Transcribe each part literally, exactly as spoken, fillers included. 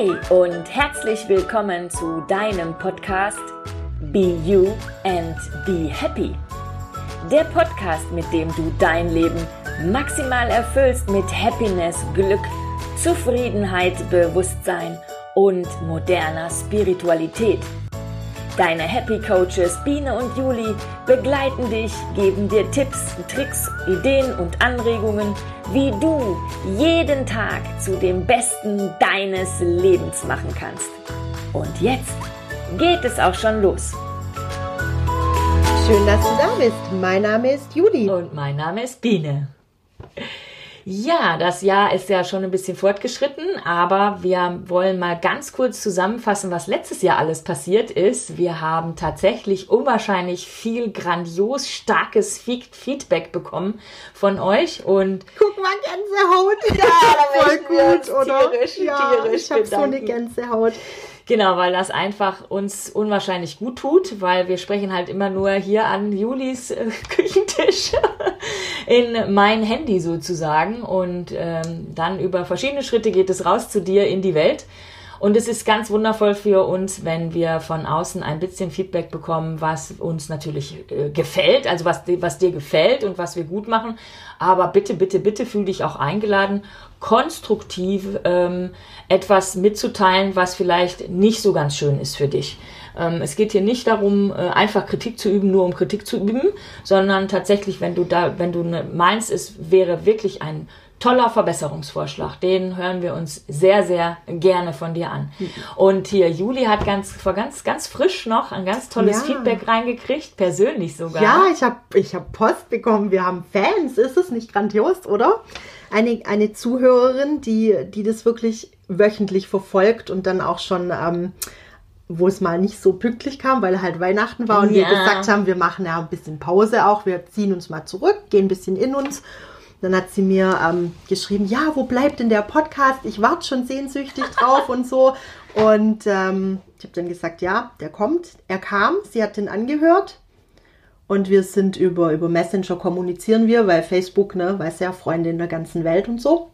Hey und herzlich willkommen zu deinem Podcast Be You and Be Happy. Der Podcast, mit dem du dein Leben maximal erfüllst mit Happiness, Glück, Zufriedenheit, Bewusstsein und moderner Spiritualität. Deine Happy Coaches Biene und Juli begleiten dich, geben dir Tipps, Tricks, Ideen und Anregungen, wie du jeden Tag zu dem Besten deines Lebens machen kannst. Und jetzt geht es auch schon los. Schön, dass du da bist. Mein Name ist Juli. Und mein Name ist Biene. Ja, das Jahr ist ja schon ein bisschen fortgeschritten, aber wir wollen mal ganz kurz zusammenfassen, was letztes Jahr alles passiert ist. Wir haben tatsächlich unwahrscheinlich viel grandios starkes Feedback bekommen von euch und guck mal, Gänsehaut. Ja, da voll gut, oder? Tierisch, ja, tierisch ich habe bedanken. so eine Gänsehaut. Genau, weil das einfach uns unwahrscheinlich gut tut, weil wir sprechen halt immer nur hier an Julis äh, Küchentisch in mein Handy sozusagen und ähm, dann über verschiedene Schritte geht es raus zu dir in die Welt. Und es ist ganz wundervoll für uns, wenn wir von außen ein bisschen Feedback bekommen, was uns natürlich äh, gefällt, also was, was dir gefällt und was wir gut machen. Aber bitte, bitte, bitte fühl dich auch eingeladen, konstruktiv ähm, etwas mitzuteilen, was vielleicht nicht so ganz schön ist für dich. Ähm, es geht hier nicht darum, äh, einfach Kritik zu üben, nur um Kritik zu üben, sondern tatsächlich, wenn du da, wenn du ne, meinst, es wäre wirklich ein toller Verbesserungsvorschlag, den hören wir uns sehr, sehr gerne von dir an. Und hier, Juli hat ganz, vor ganz, ganz frisch noch ein ganz tolles Ja. Feedback reingekriegt, persönlich sogar. Ja, ich habe ich hab Post bekommen. Wir haben Fans. Ist es nicht grandios, oder? Eine, eine Zuhörerin, die, die das wirklich wöchentlich verfolgt und dann auch schon, ähm, wo es mal nicht so pünktlich kam, weil halt Weihnachten war und Ja. wir gesagt haben, wir machen ja ein bisschen Pause auch. Wir ziehen uns mal zurück, gehen ein bisschen in uns. Dann hat sie mir ähm, geschrieben, ja, wo bleibt denn der Podcast? Ich warte schon sehnsüchtig drauf und so. Und ähm, ich habe dann gesagt, ja, der kommt. Er kam, sie hat den angehört. Und wir sind über, über Messenger kommunizieren wir, weil Facebook, ne, weiß ja, Freunde in der ganzen Welt und so.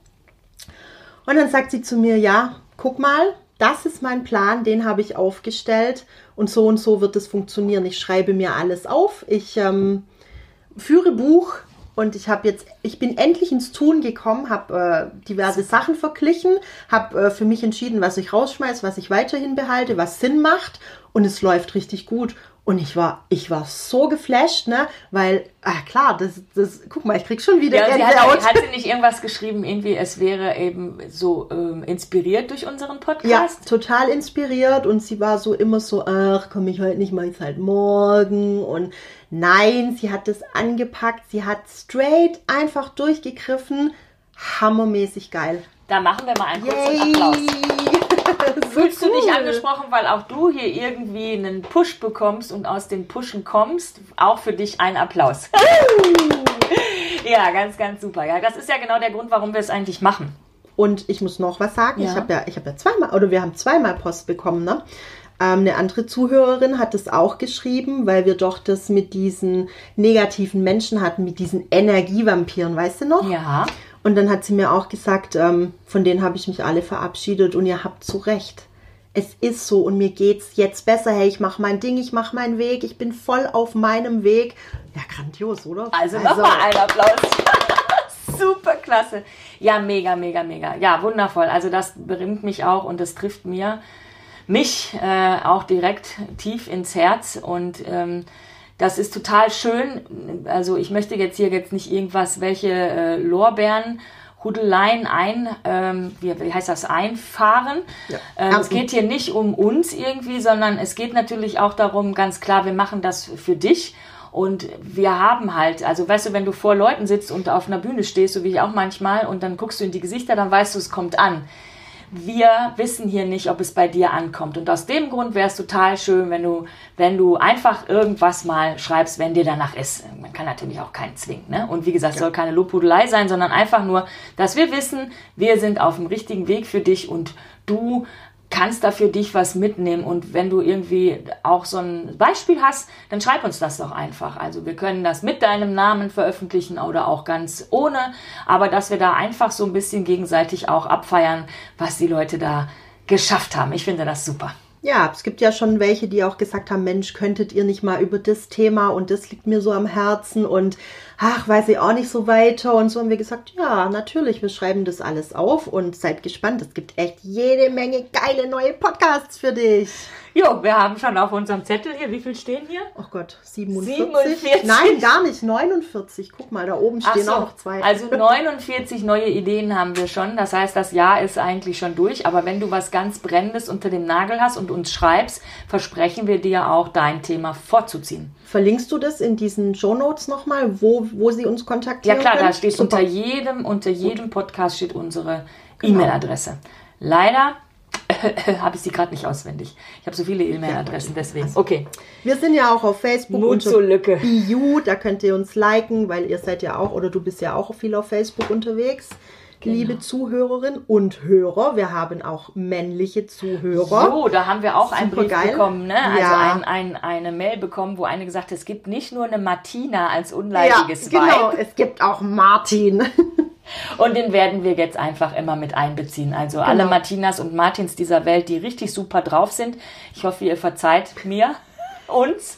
Und dann sagt sie zu mir, ja, guck mal, das ist mein Plan, den habe ich aufgestellt. Und so und so wird es funktionieren. Ich schreibe mir alles auf. Ich ähm, führe Buch. Und ich habe jetzt, ich bin endlich ins Tun gekommen, habe äh, diverse Sachen verglichen, habe äh, für mich entschieden, was ich rausschmeiße, was ich weiterhin behalte, was Sinn macht und es läuft richtig gut. Und ich war, ich war so geflasht, ne, weil, ah klar, das, das, guck mal, ich krieg schon wieder Ja, sie Gänsehaut. hat, hat sie nicht irgendwas geschrieben, irgendwie, es wäre eben so ähm, inspiriert durch unseren Podcast? Ja, total inspiriert und sie war so immer so, ach, komm ich heute nicht, mach ich's halt morgen und nein, sie hat das angepackt, sie hat straight einfach durchgegriffen, hammermäßig geil. Da machen wir mal einen kurzen Yay! Applaus. So Fühlst du cool. dich angesprochen, weil auch du hier irgendwie einen Push bekommst und aus den Pushen kommst? Auch für dich ein Applaus. Ja, ganz, ganz super. Ja, das ist ja genau der Grund, warum wir es eigentlich machen. Und ich muss noch was sagen, Ja. ich habe ja, ich habe ja zweimal, oder wir haben zweimal Post bekommen, ne? Ähm, eine andere Zuhörerin hat es auch geschrieben, weil wir doch das mit diesen negativen Menschen hatten, mit diesen Energievampiren, weißt du noch? Ja. Und dann hat sie mir auch gesagt, ähm, von denen habe ich mich alle verabschiedet und ihr habt zu Recht. Es ist so und mir geht's jetzt besser. Hey, ich mache mein Ding, ich mache meinen Weg, ich bin voll auf meinem Weg. Ja, grandios, oder? Also, nochmal ein Applaus. Super klasse. Ja, mega, mega, mega. Ja, wundervoll. Also das bringt mich auch und das trifft mir, mich äh, auch direkt tief ins Herz und ähm, das ist total schön. Also ich möchte jetzt hier jetzt nicht irgendwas, welche äh, Lorbeeren, Hudeleien ein, ähm, wie, wie heißt das, einfahren. Ja. Ähm, es geht hier nicht um uns irgendwie, sondern es geht natürlich auch darum, ganz klar, wir machen das für dich. Und wir haben halt, also weißt du, wenn du vor Leuten sitzt und auf einer Bühne stehst, so wie ich auch manchmal, und dann guckst du in die Gesichter, dann weißt du, es kommt an. Wir wissen hier nicht, ob es bei dir ankommt. Und aus dem Grund wäre es total schön, wenn du, wenn du einfach irgendwas mal schreibst, wenn dir danach ist. Man kann natürlich auch keinen zwingen, ne? Und wie gesagt, es soll keine Lobhudelei sein, sondern einfach nur, dass wir wissen, wir sind auf dem richtigen Weg für dich und du kannst da für dich was mitnehmen. Und wenn du irgendwie auch so ein Beispiel hast, dann schreib uns das doch einfach. Also wir können das mit deinem Namen veröffentlichen oder auch ganz ohne. Aber dass wir da einfach so ein bisschen gegenseitig auch abfeiern, was die Leute da geschafft haben. Ich finde das super. Ja, es gibt ja schon welche, die auch gesagt haben, Mensch, könntet ihr nicht mal über das Thema und das liegt mir so am Herzen und ach, weiß ich auch nicht so weiter. Und so haben wir gesagt, ja, natürlich, wir schreiben das alles auf und seid gespannt. Es gibt echt jede Menge geile neue Podcasts für dich. Jo, wir haben schon auf unserem Zettel hier, wie viel stehen hier? Oh Gott, siebenundvierzig? siebenundvierzig? Nein, gar nicht, neunundvierzig. Guck mal, da oben stehen so, auch noch zwei. Also neunundvierzig neue Ideen haben wir schon. Das heißt, das Jahr ist eigentlich schon durch. Aber wenn du was ganz Brennendes unter dem Nagel hast und uns schreibst, versprechen wir dir auch, dein Thema vorzuziehen. Verlinkst du das in diesen Shownotes nochmal, wo, wo sie uns kontaktieren Ja klar, können? da steht Super. unter jedem, unter jedem Podcast steht unsere E-Mail-Adresse. Leider habe ich sie gerade nicht auswendig. Ich habe so viele E-Mail-Adressen, deswegen. Okay. Wir sind ja auch auf Facebook. Mut zur Lücke. B U, da könnt ihr uns liken, weil ihr seid ja auch, oder du bist ja auch viel auf Facebook unterwegs. Genau. Liebe Zuhörerin und Hörer, wir haben auch männliche Zuhörer. So, da haben wir auch einen Brief geil. bekommen, ne? Also ja. ein, ein, eine Mail bekommen, wo eine gesagt hat, es gibt nicht nur eine Martina als unleidiges ja, genau, Weib. es gibt auch Martin. Und den werden wir jetzt einfach immer mit einbeziehen. Also genau. Alle Martinas und Martins dieser Welt, die richtig super drauf sind. Ich hoffe, ihr verzeiht mir, uns.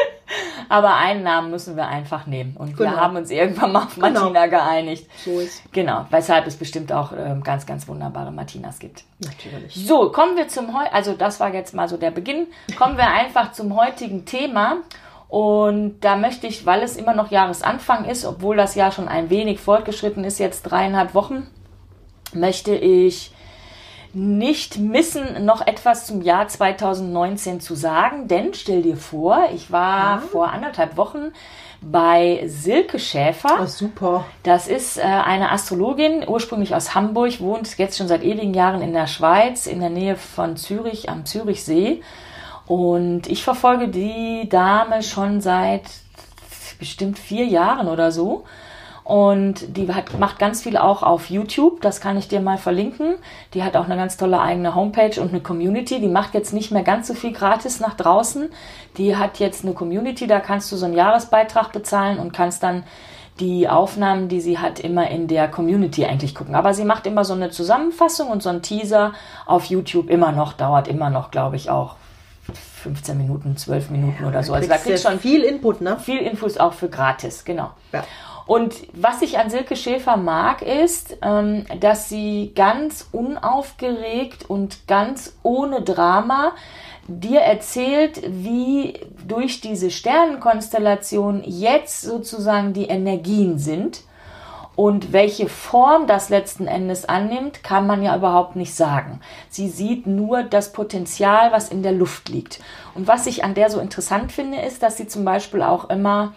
Aber einen Namen müssen wir einfach nehmen. Und genau. wir haben uns irgendwann mal auf Martina genau. geeinigt. So ist. Genau, weshalb es bestimmt auch ähm, ganz, ganz wunderbare Martinas gibt. Natürlich. So, kommen wir zum heu, also das war jetzt mal so der Beginn. Kommen wir einfach zum heutigen Thema. Und da möchte ich, weil es immer noch Jahresanfang ist, obwohl das Jahr schon ein wenig fortgeschritten ist, jetzt dreieinhalb Wochen, möchte ich nicht missen, noch etwas zum Jahr zweitausendneunzehn zu sagen. Denn stell dir vor, ich war ja. vor anderthalb Wochen bei Silke Schäfer. Oh, super. Das ist äh, eine Astrologin, ursprünglich aus Hamburg, wohnt jetzt schon seit ewigen Jahren in der Schweiz, in der Nähe von Zürich, am Zürichsee. Und ich verfolge die Dame schon seit bestimmt vier Jahren oder so. Und die hat, macht ganz viel auch auf YouTube. Das kann ich dir mal verlinken. Die hat auch eine ganz tolle eigene Homepage und eine Community. Die macht jetzt nicht mehr ganz so viel gratis nach draußen. Die hat jetzt eine Community, da kannst du so einen Jahresbeitrag bezahlen und kannst dann die Aufnahmen, die sie hat, immer in der Community eigentlich gucken. Aber sie macht immer so eine Zusammenfassung und so einen Teaser auf YouTube immer noch, dauert immer noch, glaube ich, auch fünfzehn Minuten, zwölf Minuten ja, oder so. Also da kriegst du schon viel Input, ne? Viel Infos auch für gratis, genau. Ja. Und was ich an Silke Schäfer mag, ist, ähm, dass sie ganz unaufgeregt und ganz ohne Drama dir erzählt, wie durch diese Sternenkonstellation jetzt sozusagen die Energien sind. Und welche Form das letzten Endes annimmt, kann man ja überhaupt nicht sagen. Sie sieht nur das Potenzial, was in der Luft liegt. Und was ich an der so interessant finde, ist, dass sie zum Beispiel auch immer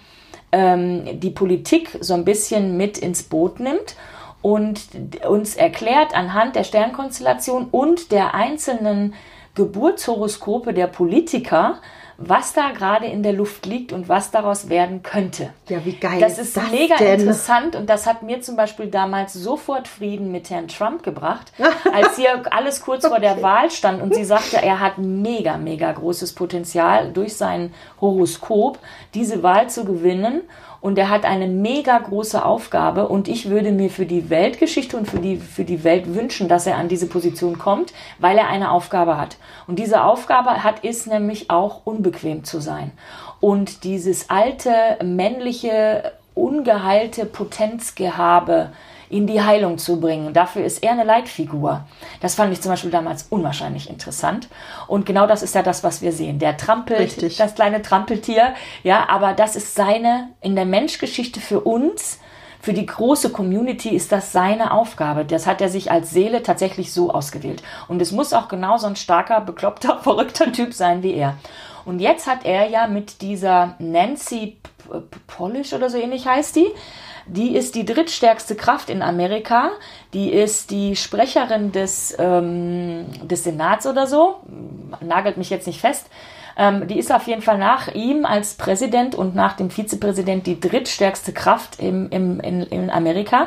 ähm, die Politik so ein bisschen mit ins Boot nimmt und uns erklärt anhand der Sternkonstellation und der einzelnen Geburtshoroskope der Politiker, was da gerade in der Luft liegt und was daraus werden könnte. Ja, wie geil das ist das mega denn? interessant und das hat mir zum Beispiel damals sofort Frieden mit Herrn Trump gebracht, als hier alles kurz vor der Wahl stand und sie sagte, er hat mega, mega großes Potenzial durch sein Horoskop, diese Wahl zu gewinnen. Und er hat eine mega große Aufgabe und ich würde mir für die Weltgeschichte und für die, für die Welt wünschen, dass er an diese Position kommt, weil er eine Aufgabe hat. Und diese Aufgabe hat, ist nämlich auch unbequem zu sein. Und dieses alte, männliche, ungeheilte Potenzgehabe in die Heilung zu bringen. Dafür ist er eine Leitfigur. Das fand ich zum Beispiel damals unwahrscheinlich interessant. Und genau das ist ja das, was wir sehen. Der trampelt, Richtig. Das kleine Trampeltier. Ja, aber das ist seine, in der Menschgeschichte für uns, für die große Community ist das seine Aufgabe. Das hat er sich als Seele tatsächlich so ausgewählt. Und es muss auch genau so ein starker, bekloppter, verrückter Typ sein wie er. Und jetzt hat er ja mit dieser Nancy Polish oder so ähnlich heißt die, die ist die drittstärkste Kraft in Amerika. Die ist die Sprecherin des, ähm, des Senats oder so. Nagelt mich jetzt nicht fest. Ähm, die ist auf jeden Fall nach ihm als Präsident und nach dem Vizepräsident die drittstärkste Kraft im, im, in, in Amerika.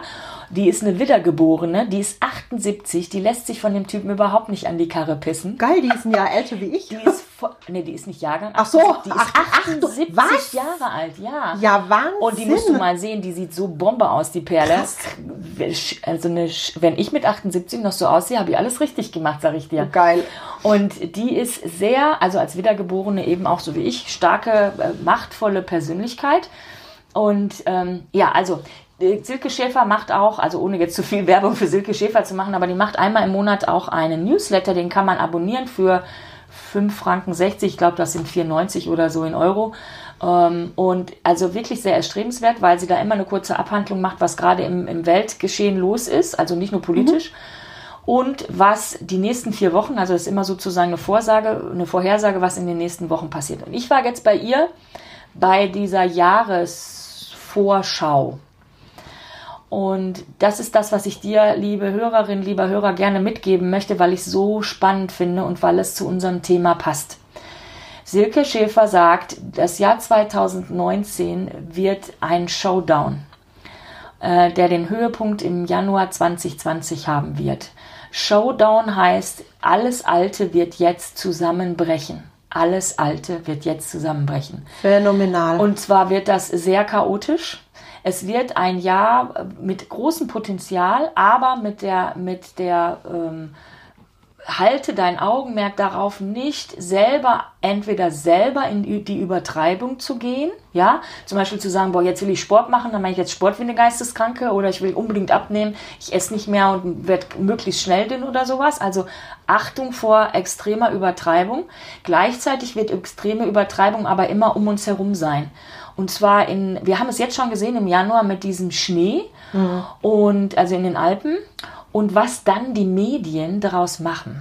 Die ist eine Wiedergeborene, die ist achtundsiebzig, die lässt sich von dem Typen überhaupt nicht an die Karre pissen. Geil, die ist ein Jahr älter wie ich. Die ist, vo- nee, die ist nicht Jahrgang. Ach so, die ist ach, achtundsiebzig was? Jahre alt, ja. Ja, Wahnsinn. Und die musst du mal sehen, die sieht so Bombe aus, die Perle. Krass. Also eine, wenn ich mit achtundsiebzig noch so aussehe, habe ich alles richtig gemacht, sag ich dir. Geil. Und die ist sehr, also als Wiedergeborene eben auch so wie ich, starke, äh, machtvolle Persönlichkeit. Und ähm, ja, also äh, Silke Schäfer macht auch, also ohne jetzt zu viel Werbung für Silke Schäfer zu machen, aber die macht einmal im Monat auch einen Newsletter, den kann man abonnieren für fünf Franken sechzig, ich glaube, das sind vier neunzig oder so in Euro. Ähm, und also wirklich sehr erstrebenswert, weil sie da immer eine kurze Abhandlung macht, was gerade im, im Weltgeschehen los ist, also nicht nur politisch. Mhm. Und was die nächsten vier Wochen, also das ist immer sozusagen eine Vorsage, eine Vorhersage, was in den nächsten Wochen passiert. Und ich war jetzt bei ihr bei dieser Jahresvorschau. Und das ist das, was ich dir, liebe Hörerin, lieber Hörer, gerne mitgeben möchte, weil ich es so spannend finde und weil es zu unserem Thema passt. Silke Schäfer sagt, das Jahr zweitausendneunzehn wird ein Showdown, äh, der den Höhepunkt im Januar zwanzig zwanzig haben wird. Showdown heißt, alles Alte wird jetzt zusammenbrechen. Alles Alte wird jetzt zusammenbrechen. Phänomenal. Und zwar wird das sehr chaotisch. Es wird ein Jahr mit großem Potenzial, aber mit der, mit der ähm, halte dein Augenmerk darauf, nicht selber, entweder selber in die Übertreibung zu gehen, ja, zum Beispiel zu sagen, boah, jetzt will ich Sport machen, dann mache ich jetzt Sport wie eine Geisteskranke, oder ich will unbedingt abnehmen, ich esse nicht mehr und werde möglichst schnell dünn oder sowas. Also Achtung vor extremer Übertreibung. Gleichzeitig wird extreme Übertreibung aber immer um uns herum sein. Und zwar in, wir haben es jetzt schon gesehen im Januar mit diesem Schnee, mhm. und also in den Alpen. Und was dann die Medien daraus machen.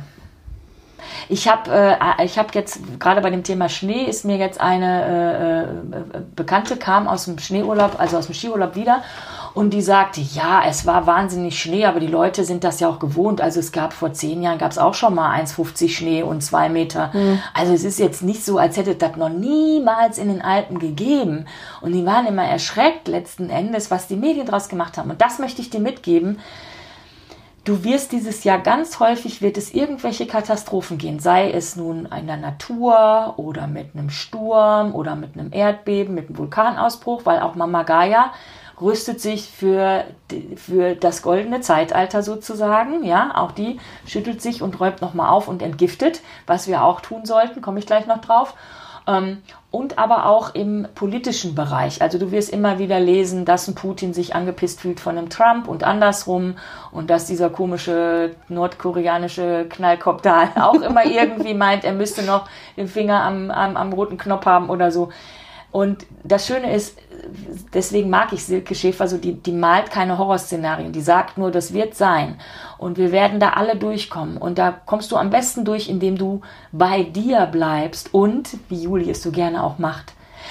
Ich habe äh, ich hab jetzt, gerade bei dem Thema Schnee, ist mir jetzt eine äh, Bekannte, kam aus dem Schneeurlaub, also aus dem Skiurlaub wieder, und die sagte, ja, es war wahnsinnig Schnee, aber die Leute sind das ja auch gewohnt. Also es gab vor zehn Jahren, gab es auch schon mal eins Komma fünfzig Schnee und zwei Meter. Mhm. Also es ist jetzt nicht so, als hätte das noch niemals in den Alpen gegeben. Und die waren immer erschreckt letzten Endes, was die Medien daraus gemacht haben. Und das möchte ich dir mitgeben. Du wirst dieses Jahr ganz häufig, wird es irgendwelche Katastrophen gehen, sei es nun in der Natur oder mit einem Sturm oder mit einem Erdbeben, mit einem Vulkanausbruch, weil auch Mama Gaia rüstet sich für, für das goldene Zeitalter sozusagen. Ja, auch die schüttelt sich und räumt nochmal auf und entgiftet, was wir auch tun sollten, komme ich gleich noch drauf. Und aber auch im politischen Bereich. Also du wirst immer wieder lesen, dass ein Putin sich angepisst fühlt von einem Trump und andersrum, und dass dieser komische nordkoreanische Knallkopf da auch immer irgendwie meint, er müsste noch den Finger am, am, am roten Knopf haben oder so. Und das Schöne ist, deswegen mag ich Silke Schäfer so, die, die malt keine Horrorszenarien, die sagt nur, das wird sein. Und wir werden da alle durchkommen. Und da kommst du am besten durch, indem du bei dir bleibst und, wie Juli es so gerne auch macht,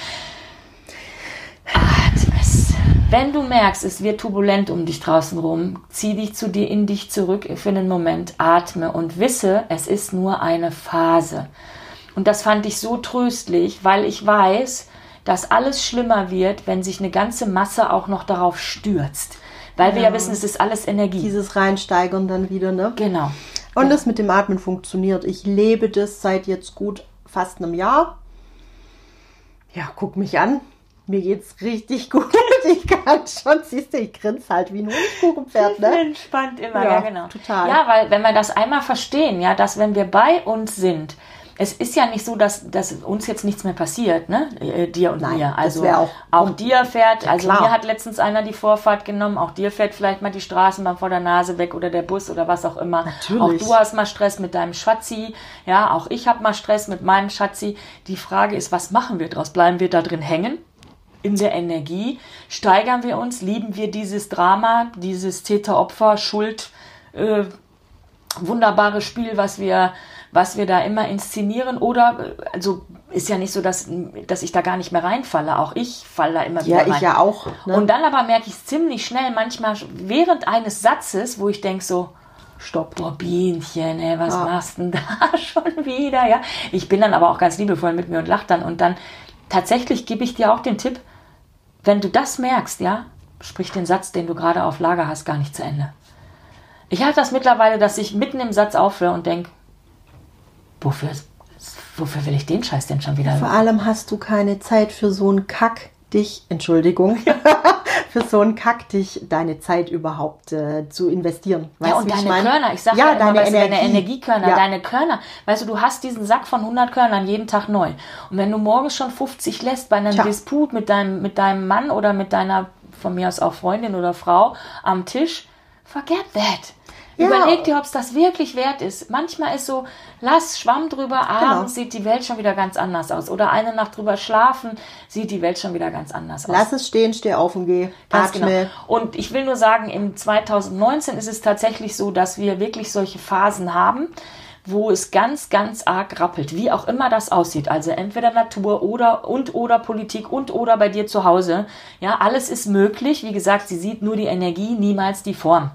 atmest. Wenn du merkst, es wird turbulent um dich draußen rum, zieh dich zu dir, in dich zurück für einen Moment, atme und wisse, es ist nur eine Phase. Und das fand ich so tröstlich, weil ich weiß, dass alles schlimmer wird, wenn sich eine ganze Masse auch noch darauf stürzt. Weil wir ja, ja wissen, es ist alles Energie. Dieses Reinsteigern dann wieder, ne? Genau. Und ja. das mit dem Atmen funktioniert. Ich lebe das seit jetzt gut fast einem Jahr. Ja, guck mich an. Mir geht's richtig gut. Ich kann schon, siehst du, ich grinse halt wie ein Honigkuchenpferd, ne? Entspannt immer, ja, ja, genau. Total. Ja, weil wenn wir das einmal verstehen, ja, dass wenn wir bei uns sind, es ist ja nicht so, dass, dass uns jetzt nichts mehr passiert, ne? Äh, dir und Nein, mir. Also das auch, auch dir fährt, ja, also klar. mir hat letztens einer die Vorfahrt genommen, auch dir fährt vielleicht mal die Straßenbahn vor der Nase weg oder der Bus oder was auch immer. Natürlich. Auch du hast mal Stress mit deinem Schatzi, ja, auch ich habe mal Stress mit meinem Schatzi. Die Frage ist, was machen wir draus? Bleiben wir da drin hängen? In der Energie? Steigern wir uns? Lieben wir dieses Drama, dieses Täter-Opfer, Schuld, äh, wunderbare Spiel, was wir was wir da immer inszenieren, oder, also ist ja nicht so, dass, dass ich da gar nicht mehr reinfalle, auch ich falle da immer wieder ja, rein. Ja, ich ja auch. Ne? Und dann aber merke ich es ziemlich schnell, manchmal während eines Satzes, wo ich denke so, stopp, boah, Bienchen, ey, was ah. machst du denn da schon wieder, ja? Ich bin dann aber auch ganz liebevoll mit mir und lache dann, und dann tatsächlich gebe ich dir auch den Tipp, wenn du das merkst, ja, sprich den Satz, den du gerade auf Lager hast, gar nicht zu Ende. Ich habe das mittlerweile, dass ich mitten im Satz aufhöre und denke, wofür, wofür will ich den Scheiß denn schon wieder? Vor allem hast du keine Zeit für so einen Kack, dich, Entschuldigung, für so einen Kack, dich deine Zeit überhaupt äh, zu investieren. Weißt ja, und du, deine ich mein? Körner, ich sage ja, ja immer, deine, weißt du, Energie. deine Energiekörner, ja. deine Körner. Weißt du, du hast diesen Sack von hundert Körnern jeden Tag neu. Und wenn du morgens schon fünfzig lässt bei einem Tja. Disput mit deinem, mit deinem Mann oder mit deiner, von mir aus auch Freundin oder Frau am Tisch, forget that. Ja. Überleg dir, ob es das wirklich wert ist. Manchmal ist so, lass Schwamm drüber, abends Genau. sieht die Welt schon wieder ganz anders aus. Oder eine Nacht drüber schlafen, sieht die Welt schon wieder ganz anders aus. Lass es stehen, steh auf und geh. Ganz Atme. genau. Und ich will nur sagen, im zwanzig neunzehn ist es tatsächlich so, dass wir wirklich solche Phasen haben, wo es ganz, ganz arg rappelt, wie auch immer das aussieht. Also entweder Natur oder und oder Politik und oder bei dir zu Hause. Ja, alles ist möglich. Wie gesagt, sie sieht nur die Energie, niemals die Form.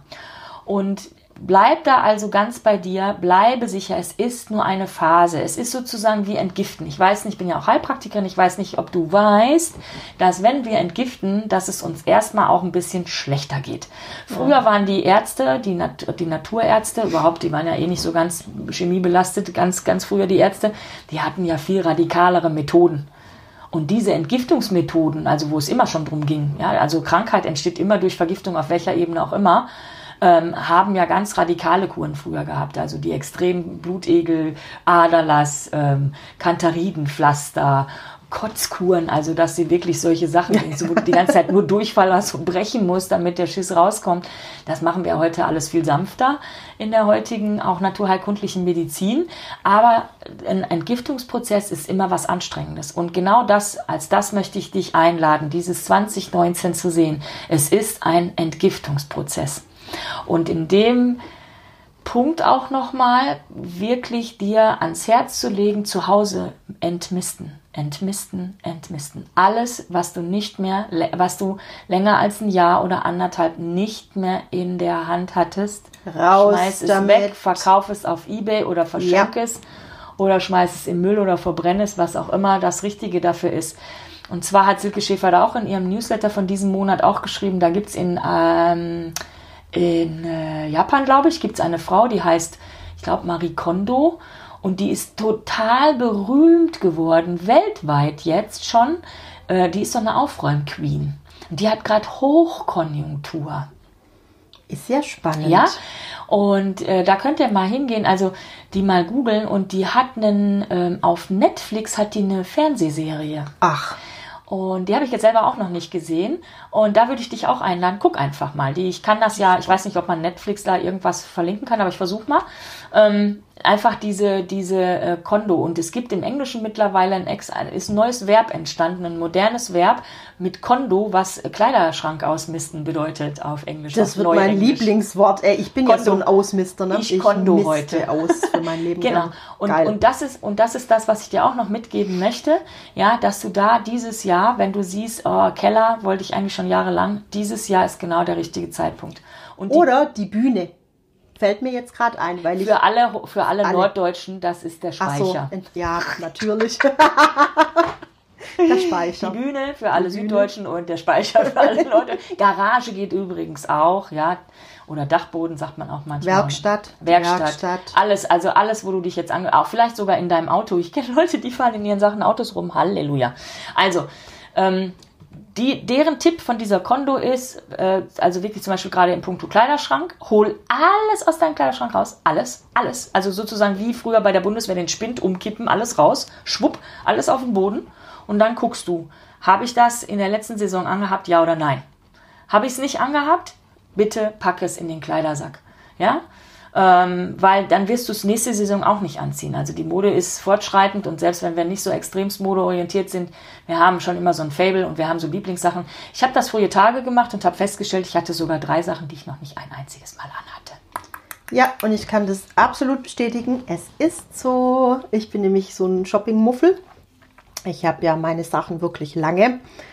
Und bleib da also ganz bei dir, bleibe sicher, es ist nur eine Phase. Es ist sozusagen wie Entgiften. Ich weiß nicht, ich bin ja auch Heilpraktikerin, ich weiß nicht, ob du weißt, dass wenn wir entgiften, dass es uns erstmal auch ein bisschen schlechter geht. Früher waren die Ärzte, die, Nat- die Naturärzte, überhaupt, die waren ja eh nicht so ganz chemiebelastet, ganz, ganz früher die Ärzte, die hatten ja viel radikalere Methoden. Und diese Entgiftungsmethoden, also wo es immer schon drum ging, ja, also Krankheit entsteht immer durch Vergiftung, auf welcher Ebene auch immer, Ähm, haben ja ganz radikale Kuren früher gehabt, also die extremen Blutegel, Aderlass, ähm, Kantharidenpflaster, Kotzkuren, also dass sie wirklich solche Sachen, wo du die ganze Zeit nur Durchfall hast und brechen musst, damit der Schiss rauskommt. Das machen wir heute alles viel sanfter in der heutigen, auch naturheilkundlichen Medizin. Aber ein Entgiftungsprozess ist immer was Anstrengendes. Und genau das, als das möchte ich dich einladen, dieses zwanzig neunzehn zu sehen. Es ist ein Entgiftungsprozess. Und in dem Punkt auch nochmal wirklich dir ans Herz zu legen, zu Hause entmisten, entmisten, entmisten. Alles, was du nicht mehr, was du länger als ein Jahr oder anderthalb nicht mehr in der Hand hattest, Raus schmeiß es damit. weg, verkauf es auf eBay oder verschenk Ja. es oder schmeiß es im Müll oder verbrenne es, was auch immer das Richtige dafür ist. Und zwar hat Silke Schäfer da auch in ihrem Newsletter von diesem Monat auch geschrieben, da gibt's in ähm, In äh, Japan, glaube ich, gibt es eine Frau, die heißt, ich glaube, Marie Kondo. Und die ist total berühmt geworden, weltweit jetzt schon. Äh, die ist so eine Aufräum-Queen. Die hat gerade Hochkonjunktur. Ist sehr spannend. Ja, und äh, da könnt ihr mal hingehen, also die mal googeln. Und die hat einen, ähm, auf Netflix hat die eine Fernsehserie. Ach. Und die habe ich jetzt selber auch noch nicht gesehen. Und da würde ich dich auch einladen. Guck einfach mal. Die, ich kann das ja, ich weiß nicht, ob man Netflix da irgendwas verlinken kann, aber ich versuche mal. Ähm, einfach diese, diese äh, Kondo. Und es gibt im Englischen mittlerweile ein, Ex, ein, ist ein neues Verb entstanden, ein modernes Verb mit Kondo, was Kleiderschrank ausmisten bedeutet auf Englisch. Das auf wird mein Neuenglisch. Lieblingswort. Ey, ich bin Kondo. ja so ein Ausmister. Ne? Ich Kondo miste heute. aus für mein Leben. Genau. lang. Und, Geil. und, das ist, und das ist das, was ich dir auch noch mitgeben möchte. Ja, dass du da dieses Jahr, wenn du siehst, oh, Keller wollte ich eigentlich schon jahrelang, dieses Jahr ist genau der richtige Zeitpunkt. Und die, Oder die Bühne. Fällt mir jetzt gerade ein, weil ich... für alle, für alle, alle. Norddeutschen, das ist der Ach so, Speicher. ent- ja, natürlich. Der Speicher. Die Bühne für alle Die Bühne. Süddeutschen und der Speicher für alle Norddeutschen. Garage geht übrigens auch, ja. Oder Dachboden sagt man auch manchmal. Werkstatt. Werkstatt. Werkstatt. Alles, also alles, wo du dich jetzt ange... Auch vielleicht sogar in deinem Auto. Ich kenne Leute, die fahren in ihren Sachen Autos rum. Halleluja. Also, ähm, die, deren Tipp von dieser Kondo ist, äh, also wirklich zum Beispiel gerade in puncto Kleiderschrank, hol alles aus deinem Kleiderschrank raus. Alles, alles. Also sozusagen wie früher bei der Bundeswehr den Spind umkippen, alles raus, schwupp, alles auf den Boden. Und dann guckst du, habe ich das in der letzten Saison angehabt, ja oder nein? Habe ich es nicht angehabt? Bitte pack es in den Kleidersack. Ja? Ähm, weil dann wirst du es nächste Saison auch nicht anziehen. Also die Mode ist fortschreitend und selbst wenn wir nicht so extremst modeorientiert sind, wir haben schon immer so ein Fable und wir haben so Lieblingssachen. Ich habe das frühe Tage gemacht und habe festgestellt, ich hatte sogar drei Sachen, die ich noch nicht ein einziges Mal anhatte. Ja, und ich kann das absolut bestätigen. Es ist so. Ich bin nämlich so ein Shopping-Muffel. Ich habe ja meine Sachen wirklich lange.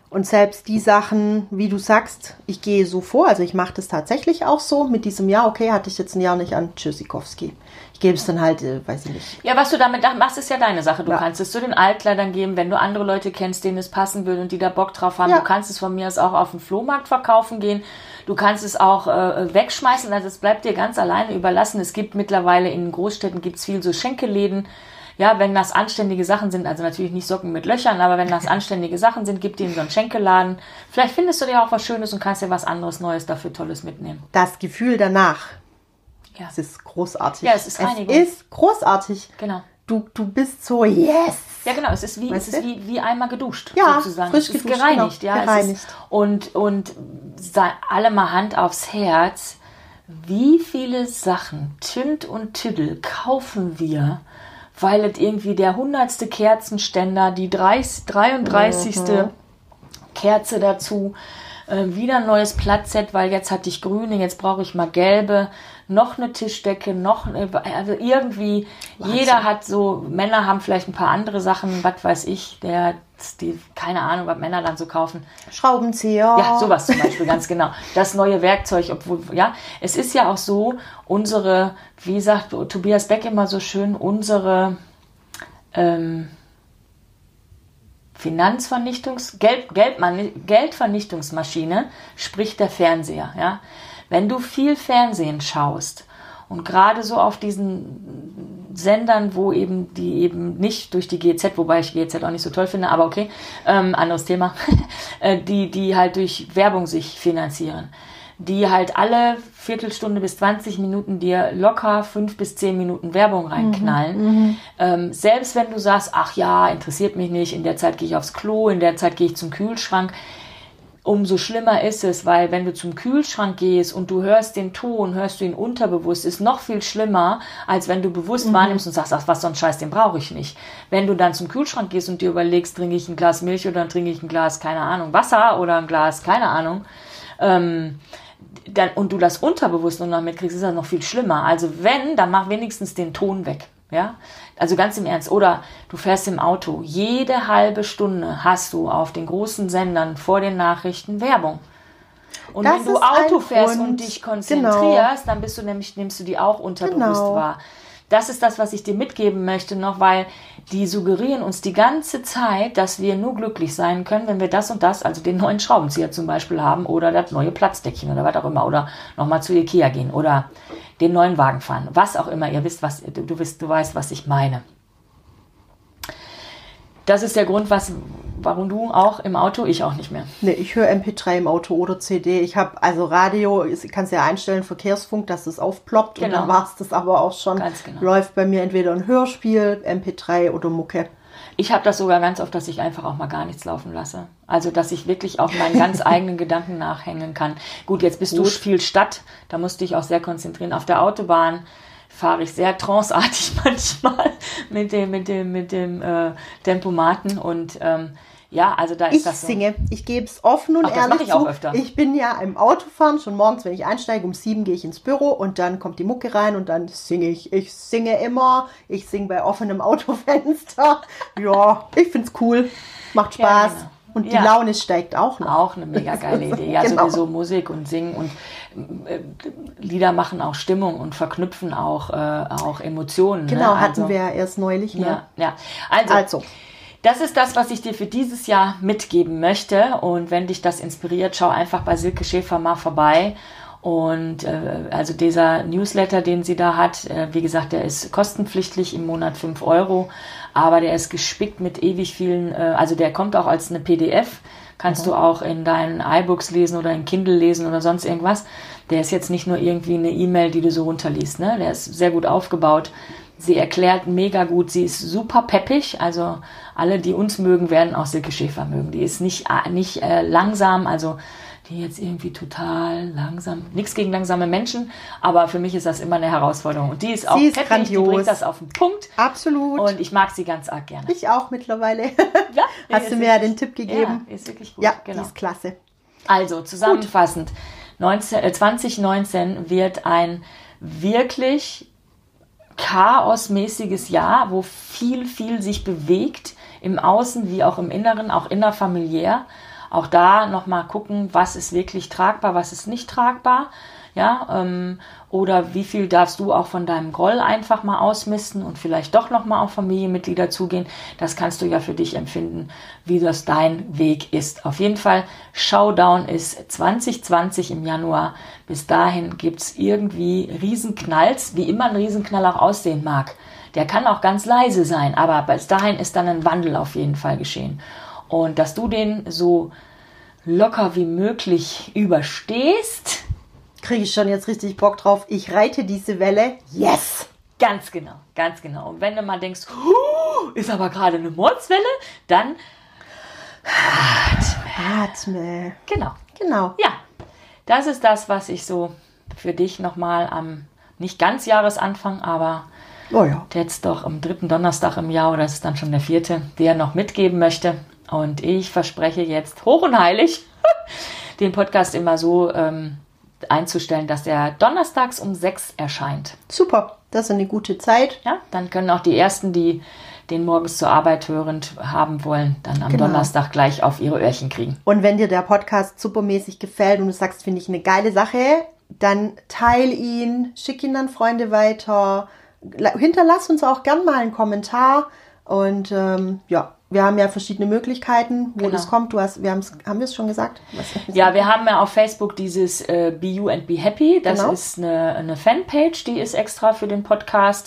Und selbst die Sachen, wie du sagst, ich gehe so vor, also ich mache das tatsächlich auch so, mit diesem Jahr, okay, hatte ich jetzt ein Jahr nicht an Tschüssikowski. Ich gebe es dann halt, äh, weiß ich nicht. Ja, was du damit machst, ist ja deine Sache. Du Ja. kannst es zu den Altkleidern geben, wenn du andere Leute kennst, denen es passen würde und die da Bock drauf haben. Ja. Du kannst es von mir aus auch auf den Flohmarkt verkaufen gehen. Du kannst es auch äh, wegschmeißen, also es bleibt dir ganz alleine überlassen. Es gibt mittlerweile in Großstädten gibt's viel so Schenkeläden. Ja, wenn das anständige Sachen sind, also natürlich nicht Socken mit Löchern, aber wenn das anständige Sachen sind, gib dir so einen Schenkeladen. Vielleicht findest du dir auch was Schönes und kannst dir was anderes Neues dafür Tolles mitnehmen. Das Gefühl danach, Ja, es ist großartig. Ja, es ist Reinigung. Es ist großartig. genau. Du, du bist so, yes. Ja, genau. Es ist wie, es Weißt ist du? wie, wie einmal geduscht, Ja, sozusagen. frisch es ist geduscht, gereinigt, genau, ja. Es gereinigt. ist, und, und sei alle mal Hand aufs Herz. Wie viele Sachen, Tünt und Tüdel, kaufen wir, weil es irgendwie der hundertste Kerzenständer, die dreißig, dreiunddreißigste Kerze dazu, äh, wieder ein neues Platzset, weil jetzt hatte ich grüne, jetzt brauche ich mal gelbe, noch eine Tischdecke, noch eine, also irgendwie, Wahnsinn. jeder hat so, Männer haben vielleicht ein paar andere Sachen, was weiß ich, der, die, keine Ahnung, was Männer dann so kaufen. Schraubenzieher. Ja, sowas zum Beispiel, ganz genau. Das neue Werkzeug, obwohl, ja, es ist ja auch so, unsere, wie sagt Tobias Beck immer so schön, unsere ähm, Finanzvernichtungs-, Geld, Geldman- Geldvernichtungsmaschine spricht der Fernseher, ja. Wenn du viel Fernsehen schaust und gerade so auf diesen Sendern, wo eben die eben nicht durch die G Z, wobei ich G Z auch nicht so toll finde, aber okay, ähm, anderes Thema, äh, die, die halt durch Werbung sich finanzieren, die halt alle Viertelstunde bis zwanzig Minuten dir locker fünf bis zehn Minuten Werbung reinknallen. Mhm, ähm, selbst wenn du sagst, ach ja, interessiert mich nicht, in der Zeit gehe ich aufs Klo, in der Zeit gehe ich zum Kühlschrank, umso schlimmer ist es, weil wenn du zum Kühlschrank gehst und du hörst den Ton, hörst du ihn unterbewusst, ist noch viel schlimmer, als wenn du bewusst mhm. wahrnimmst und sagst, ach was, so ein Scheiß, den brauche ich nicht. Wenn du dann zum Kühlschrank gehst und dir überlegst, trinke ich ein Glas Milch oder trinke ich ein Glas, keine Ahnung, Wasser oder ein Glas, keine Ahnung, ähm, dann, und du das unterbewusst noch mitkriegst, ist das noch viel schlimmer. Also wenn, dann mach wenigstens den Ton weg. Ja, also ganz im Ernst. Oder du fährst im Auto. Jede halbe Stunde hast du auf den großen Sendern vor den Nachrichten Werbung. Und Das wenn du ist Auto ein fährst Grund. und dich konzentrierst, Genau. dann bist du nämlich, nimmst du die auch unterbewusst Genau. wahr. Das ist das, was ich dir mitgeben möchte noch, weil die suggerieren uns die ganze Zeit, dass wir nur glücklich sein können, wenn wir das und das, also den neuen Schraubenzieher zum Beispiel haben oder das neue Platzdeckchen oder was auch immer oder nochmal zu Ikea gehen oder den neuen Wagen fahren, was auch immer. Ihr wisst, was du, du, wisst, du weißt, was ich meine. Das ist der Grund, was, warum du auch im Auto, ich auch nicht mehr. Nee, ich höre M P drei im Auto oder C D. Ich habe also Radio, ich kann es ja einstellen, Verkehrsfunk, dass es aufploppt. Genau. Und dann war es das aber auch schon. Ganz genau. Läuft bei mir entweder ein Hörspiel, M P drei oder Mucke. Ich habe das sogar ganz oft, dass ich einfach auch mal gar nichts laufen lasse. Also, dass ich wirklich auch meinen ganz eigenen Gedanken nachhängen kann. Gut, jetzt bist Gut. du viel Stadt, da musst du dich auch sehr konzentrieren. Auf der Autobahn fahre ich sehr tranceartig manchmal mit dem, mit dem, mit dem äh, Tempomaten und ähm, ja, also da ist Ich das so. singe. Ich gebe es offen und Ach, das ehrlich mach ich zu. auch öfter. Ich bin ja im Autofahren, schon morgens, wenn ich einsteige, um sieben gehe ich ins Büro und dann kommt die Mucke rein und dann singe ich. Ich singe immer. Ich singe bei offenem Autofenster. Ja, ich find's cool. Macht Ja, Spaß. genau. Und die Ja. Laune steigt auch noch. Auch eine mega geile Idee. Ja, Genau. sowieso Musik und Singen und äh, Lieder machen auch Stimmung und verknüpfen auch, äh, auch Emotionen. Genau, ne? hatten Also, wir ja erst neulich. Ne? Ja, ja. Also, Also, das ist das, was ich dir für dieses Jahr mitgeben möchte. Und wenn dich das inspiriert, schau einfach bei Silke Schäfer mal vorbei. Und äh, also dieser Newsletter, den sie da hat, äh, wie gesagt, der ist kostenpflichtig im Monat fünf Euro. Aber der ist gespickt mit ewig vielen, äh, also der kommt auch als eine P D F. Kannst Mhm. du auch in deinen iBooks lesen oder in Kindle lesen oder sonst irgendwas. Der ist jetzt nicht nur irgendwie eine E-Mail, die du so runterliest. Ne? Der ist sehr gut aufgebaut. Sie erklärt mega gut. Sie ist super peppig. Also alle, die uns mögen, werden auch Silke Schäfer mögen. Die ist nicht, nicht äh, langsam, also die jetzt irgendwie total langsam. Nichts gegen langsame Menschen, aber für mich ist das immer eine Herausforderung. Und die ist auch Sie ist peppig, grandios. die bringt das auf den Punkt. absolut. Und ich mag sie ganz arg gerne. Ich auch mittlerweile. Ja, Hast ist du mir ja wirklich- den Tipp gegeben? Ja, ist wirklich gut. Ja, genau. die ist klasse. Also zusammenfassend, neunzehn, äh, zwanzig neunzehn wird ein wirklich chaosmäßiges Jahr, wo viel, viel sich bewegt, im Außen wie auch im Inneren, auch innerfamiliär. auch da nochmal gucken, was ist wirklich tragbar, was ist nicht tragbar. Ja, ähm, oder wie viel darfst du auch von deinem Groll einfach mal ausmisten und vielleicht doch nochmal auf Familienmitglieder zugehen. Das kannst du ja für dich empfinden, wie das dein Weg ist. Auf jeden Fall, Showdown ist zwanzig zwanzig im Januar. Bis dahin gibt's irgendwie Riesenknalls, wie immer ein Riesenknall auch aussehen mag. Der kann auch ganz leise sein, aber bis dahin ist dann ein Wandel auf jeden Fall geschehen. Und dass du den so locker wie möglich überstehst, kriege ich schon jetzt richtig Bock drauf. Ich reite diese Welle. Yes! Ganz genau, ganz genau. Und wenn du mal denkst, huh, ist aber gerade eine Mordswelle, dann atme. Atme. Genau. Genau. Ja, das ist das, was ich so für dich nochmal am, nicht ganz Jahresanfang, aber oh ja. jetzt doch am dritten Donnerstag im Jahr, oder das ist dann schon der vierte, der noch mitgeben möchte. Und ich verspreche jetzt hoch und heilig, den Podcast immer so ähm, einzustellen, dass er donnerstags um sechs erscheint. Super, das ist eine gute Zeit. Ja, dann können auch die Ersten, die den morgens zur Arbeit hörend haben wollen, dann am Genau. Donnerstag gleich auf ihre Öhrchen kriegen. Und wenn dir der Podcast supermäßig gefällt und du sagst, finde ich eine geile Sache, dann teil ihn, schick ihn an Freunde weiter, hinterlass uns auch gern mal einen Kommentar und ähm, ja, wir haben ja verschiedene Möglichkeiten, wo Genau. das kommt. Du hast, wir haben's, haben wir es schon gesagt? Was, Ja, wir haben ja auf Facebook dieses äh, Be You and Be Happy. Das Genau. ist eine, eine Fanpage, die ist extra für den Podcast.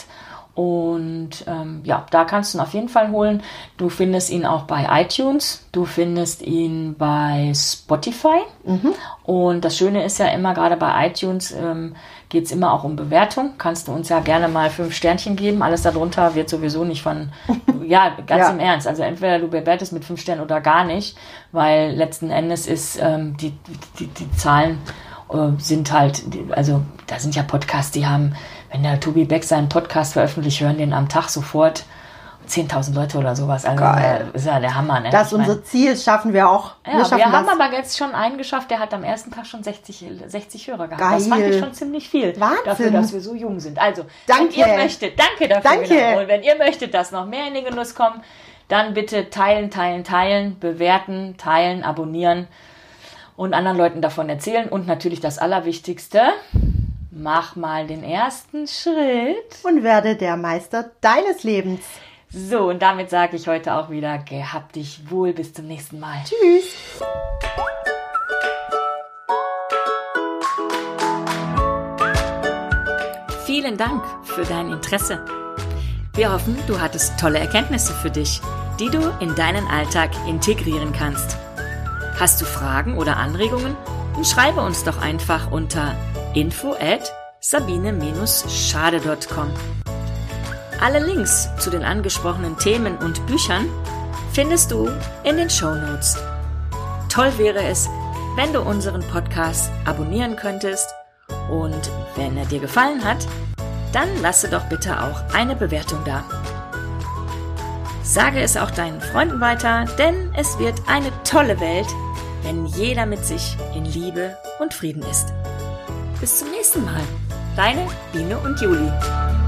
Und ähm, ja, da kannst du ihn auf jeden Fall holen. Du findest ihn auch bei iTunes. Du findest ihn bei Spotify. Mhm. Und das Schöne ist ja immer, gerade bei iTunes ähm, geht es immer auch um Bewertung. Kannst du uns ja gerne mal fünf Sternchen geben. Alles darunter wird sowieso nicht von, ja, ganz Ja. im Ernst. Also entweder du bewertest mit fünf Sternen oder gar nicht, weil letzten Endes ist ähm, die, die, die Zahlen äh, sind halt, die, also da sind ja Podcasts, die haben, wenn der Tobi Beck seinen Podcast veröffentlicht, hören den am Tag sofort zehntausend Leute oder sowas. Also Geil. ist ja der Hammer. Ne? Das ist Ich mein, unser Ziel, schaffen wir auch. ja, wir wir, schaffen haben das. aber jetzt schon einen geschafft, der hat am ersten Tag schon sechzig, sechzig Hörer gehabt. Geil. Das fand ich schon ziemlich viel. Wahnsinn. Dafür, dass wir so jung sind. Also, Danke. wenn ihr möchtet, danke dafür. Danke. Genau. Und wenn ihr möchtet, dass noch mehr in den Genuss kommen, dann bitte teilen, teilen, teilen, bewerten, teilen, abonnieren und anderen Leuten davon erzählen. Und natürlich das Allerwichtigste, mach mal den ersten Schritt. Und werde der Meister deines Lebens. So, und damit sage ich heute auch wieder, gehabt dich wohl, bis zum nächsten Mal. Tschüss. Vielen Dank für dein Interesse. Wir hoffen, du hattest tolle Erkenntnisse für dich, die du in deinen Alltag integrieren kannst. Hast du Fragen oder Anregungen? Dann schreibe uns doch einfach unter info at sabine schade punkt com. Alle Links zu den angesprochenen Themen und Büchern findest du in den Shownotes. Toll wäre es, wenn du unseren Podcast abonnieren könntest und wenn er dir gefallen hat, dann lasse doch bitte auch eine Bewertung da. Sage es auch deinen Freunden weiter, denn es wird eine tolle Welt, wenn jeder mit sich in Liebe und Frieden ist. Bis zum nächsten Mal. Deine Biene und Juli.